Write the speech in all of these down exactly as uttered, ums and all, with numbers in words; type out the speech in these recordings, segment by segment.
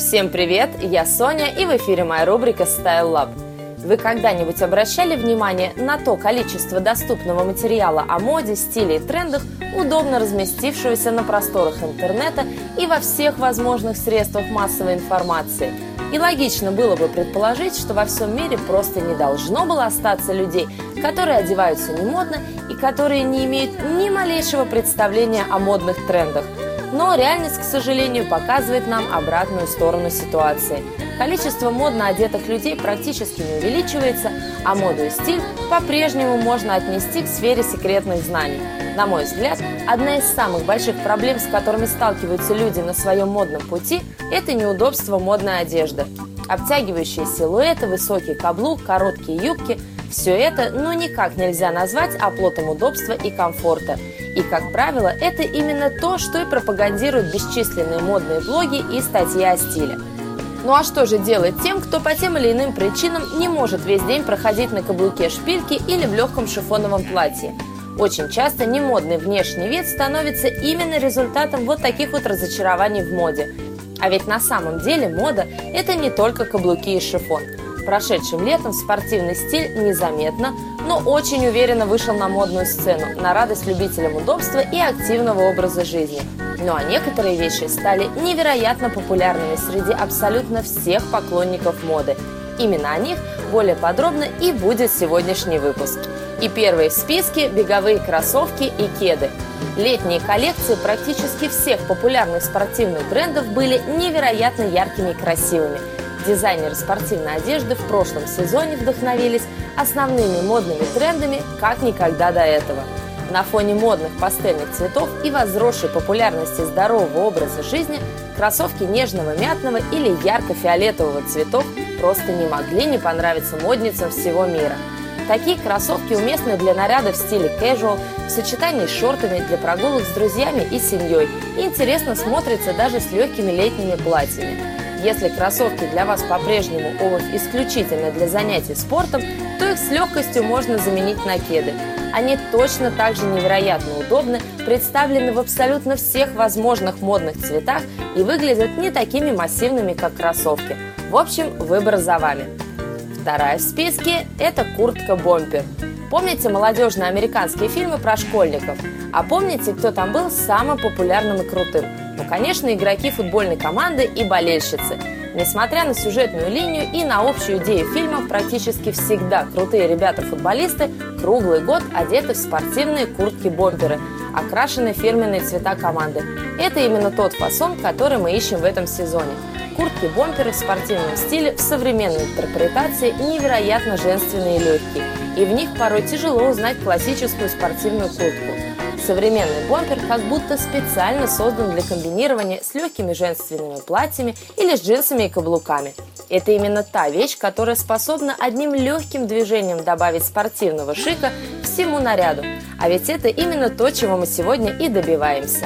Всем привет, я Соня, и в эфире моя рубрика Style Lab. Вы когда-нибудь обращали внимание на то количество доступного материала о моде, стиле и трендах, удобно разместившегося на просторах интернета и во всех возможных средствах массовой информации? И логично было бы предположить, что во всем мире просто не должно было остаться людей, которые одеваются не модно и которые не имеют ни малейшего представления о модных трендах. Но реальность, к сожалению, показывает нам обратную сторону ситуации. Количество модно одетых людей практически не увеличивается, а моду и стиль по-прежнему можно отнести к сфере секретных знаний. На мой взгляд, одна из самых больших проблем, с которыми сталкиваются люди на своем модном пути, это неудобство модной одежды. Обтягивающие силуэты, высокий каблук, короткие юбки – все это ну никак нельзя назвать оплотом удобства и комфорта. И, как правило, это именно то, что и пропагандируют бесчисленные модные блоги и статьи о стиле. Ну а что же делать тем, кто по тем или иным причинам не может весь день проходить на каблуке шпильки или в легком шифоновом платье? Очень часто немодный внешний вид становится именно результатом вот таких вот разочарований в моде. А ведь на самом деле мода – это не только каблуки и шифон. Прошедшим летом спортивный стиль незаметно, но очень уверенно вышел на модную сцену, на радость любителям удобства и активного образа жизни. Ну а некоторые вещи стали невероятно популярными среди абсолютно всех поклонников моды. Именно о них более подробно и будет сегодняшний выпуск. И первые в списке – беговые кроссовки и кеды. Летние коллекции практически всех популярных спортивных брендов были невероятно яркими и красивыми. Дизайнеры спортивной одежды в прошлом сезоне вдохновились основными модными трендами как никогда до этого. На фоне модных пастельных цветов и возросшей популярности здорового образа жизни кроссовки нежного мятного или ярко-фиолетового цветов просто не могли не понравиться модницам всего мира. Такие кроссовки уместны для нарядов в стиле casual, в сочетании с шортами для прогулок с друзьями и семьей, и интересно смотрятся даже с легкими летними платьями. Если кроссовки для вас по-прежнему обувь исключительно для занятий спортом, то их с легкостью можно заменить на кеды. Они точно так же невероятно удобны, представлены в абсолютно всех возможных модных цветах и выглядят не такими массивными, как кроссовки. В общем, выбор за вами. Вторая в списке – это куртка-бомпер. Помните молодежные американские фильмы про школьников? А помните, кто там был самым популярным и крутым? Ну, конечно, игроки футбольной команды и болельщицы. Несмотря на сюжетную линию и на общую идею фильма, практически всегда крутые ребята-футболисты круглый год одеты в спортивные куртки-бомперы, окрашенные в фирменные цвета команды. Это именно тот фасон, который мы ищем в этом сезоне. Куртки-бомперы в спортивном стиле в современной интерпретации невероятно женственные и легкие, и в них порой тяжело узнать классическую спортивную куртку. Современный бомпер как будто специально создан для комбинирования с легкими женственными платьями или с джинсами и каблуками. Это именно та вещь, которая способна одним легким движением добавить спортивного шика всему наряду. А ведь это именно то, чего мы сегодня и добиваемся.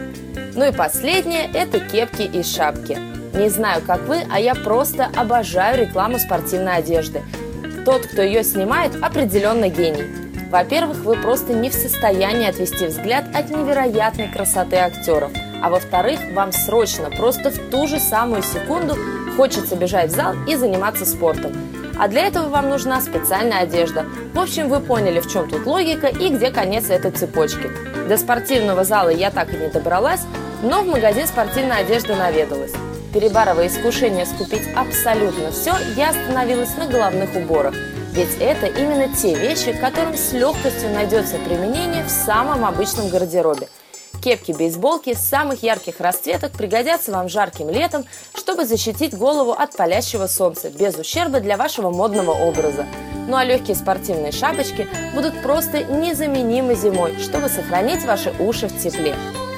Ну и последнее – это кепки и шапки. Не знаю, как вы, а я просто обожаю рекламу спортивной одежды. Тот, кто ее снимает, определенно гений. Во-первых, вы просто не в состоянии отвести взгляд от невероятной красоты актеров. А во-вторых, вам срочно, просто в ту же самую секунду хочется бежать в зал и заниматься спортом. А для этого вам нужна специальная одежда. В общем, вы поняли, в чем тут логика и где конец этой цепочки. До спортивного зала я так и не добралась, но в магазин спортивной одежды наведалась. Перебарывая искушение скупить абсолютно все, я остановилась на головных уборах. Ведь это именно те вещи, которым с легкостью найдется применение в самом обычном гардеробе. Кепки-бейсболки самых ярких расцветок пригодятся вам жарким летом, чтобы защитить голову от палящего солнца, без ущерба для вашего модного образа. Ну а легкие спортивные шапочки будут просто незаменимы зимой, чтобы сохранить ваши уши в тепле.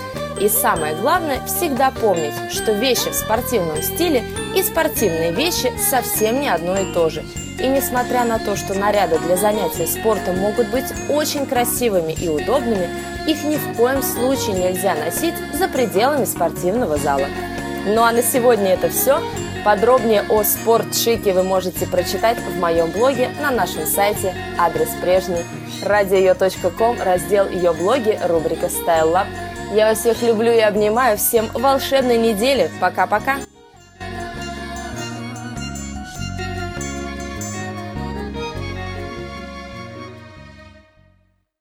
И самое главное, всегда помнить, что вещи в спортивном стиле и спортивные вещи совсем не одно и то же. И несмотря на то, что наряды для занятий спортом могут быть очень красивыми и удобными, их ни в коем случае нельзя носить за пределами спортивного зала. Ну а на сегодня это все. Подробнее о спорт-шике вы можете прочитать в моем блоге на нашем сайте, адрес прежний – радио точка ком, раздел ее блоги, рубрика Style Lab. Я вас всех люблю и обнимаю. Всем волшебной недели. Пока-пока.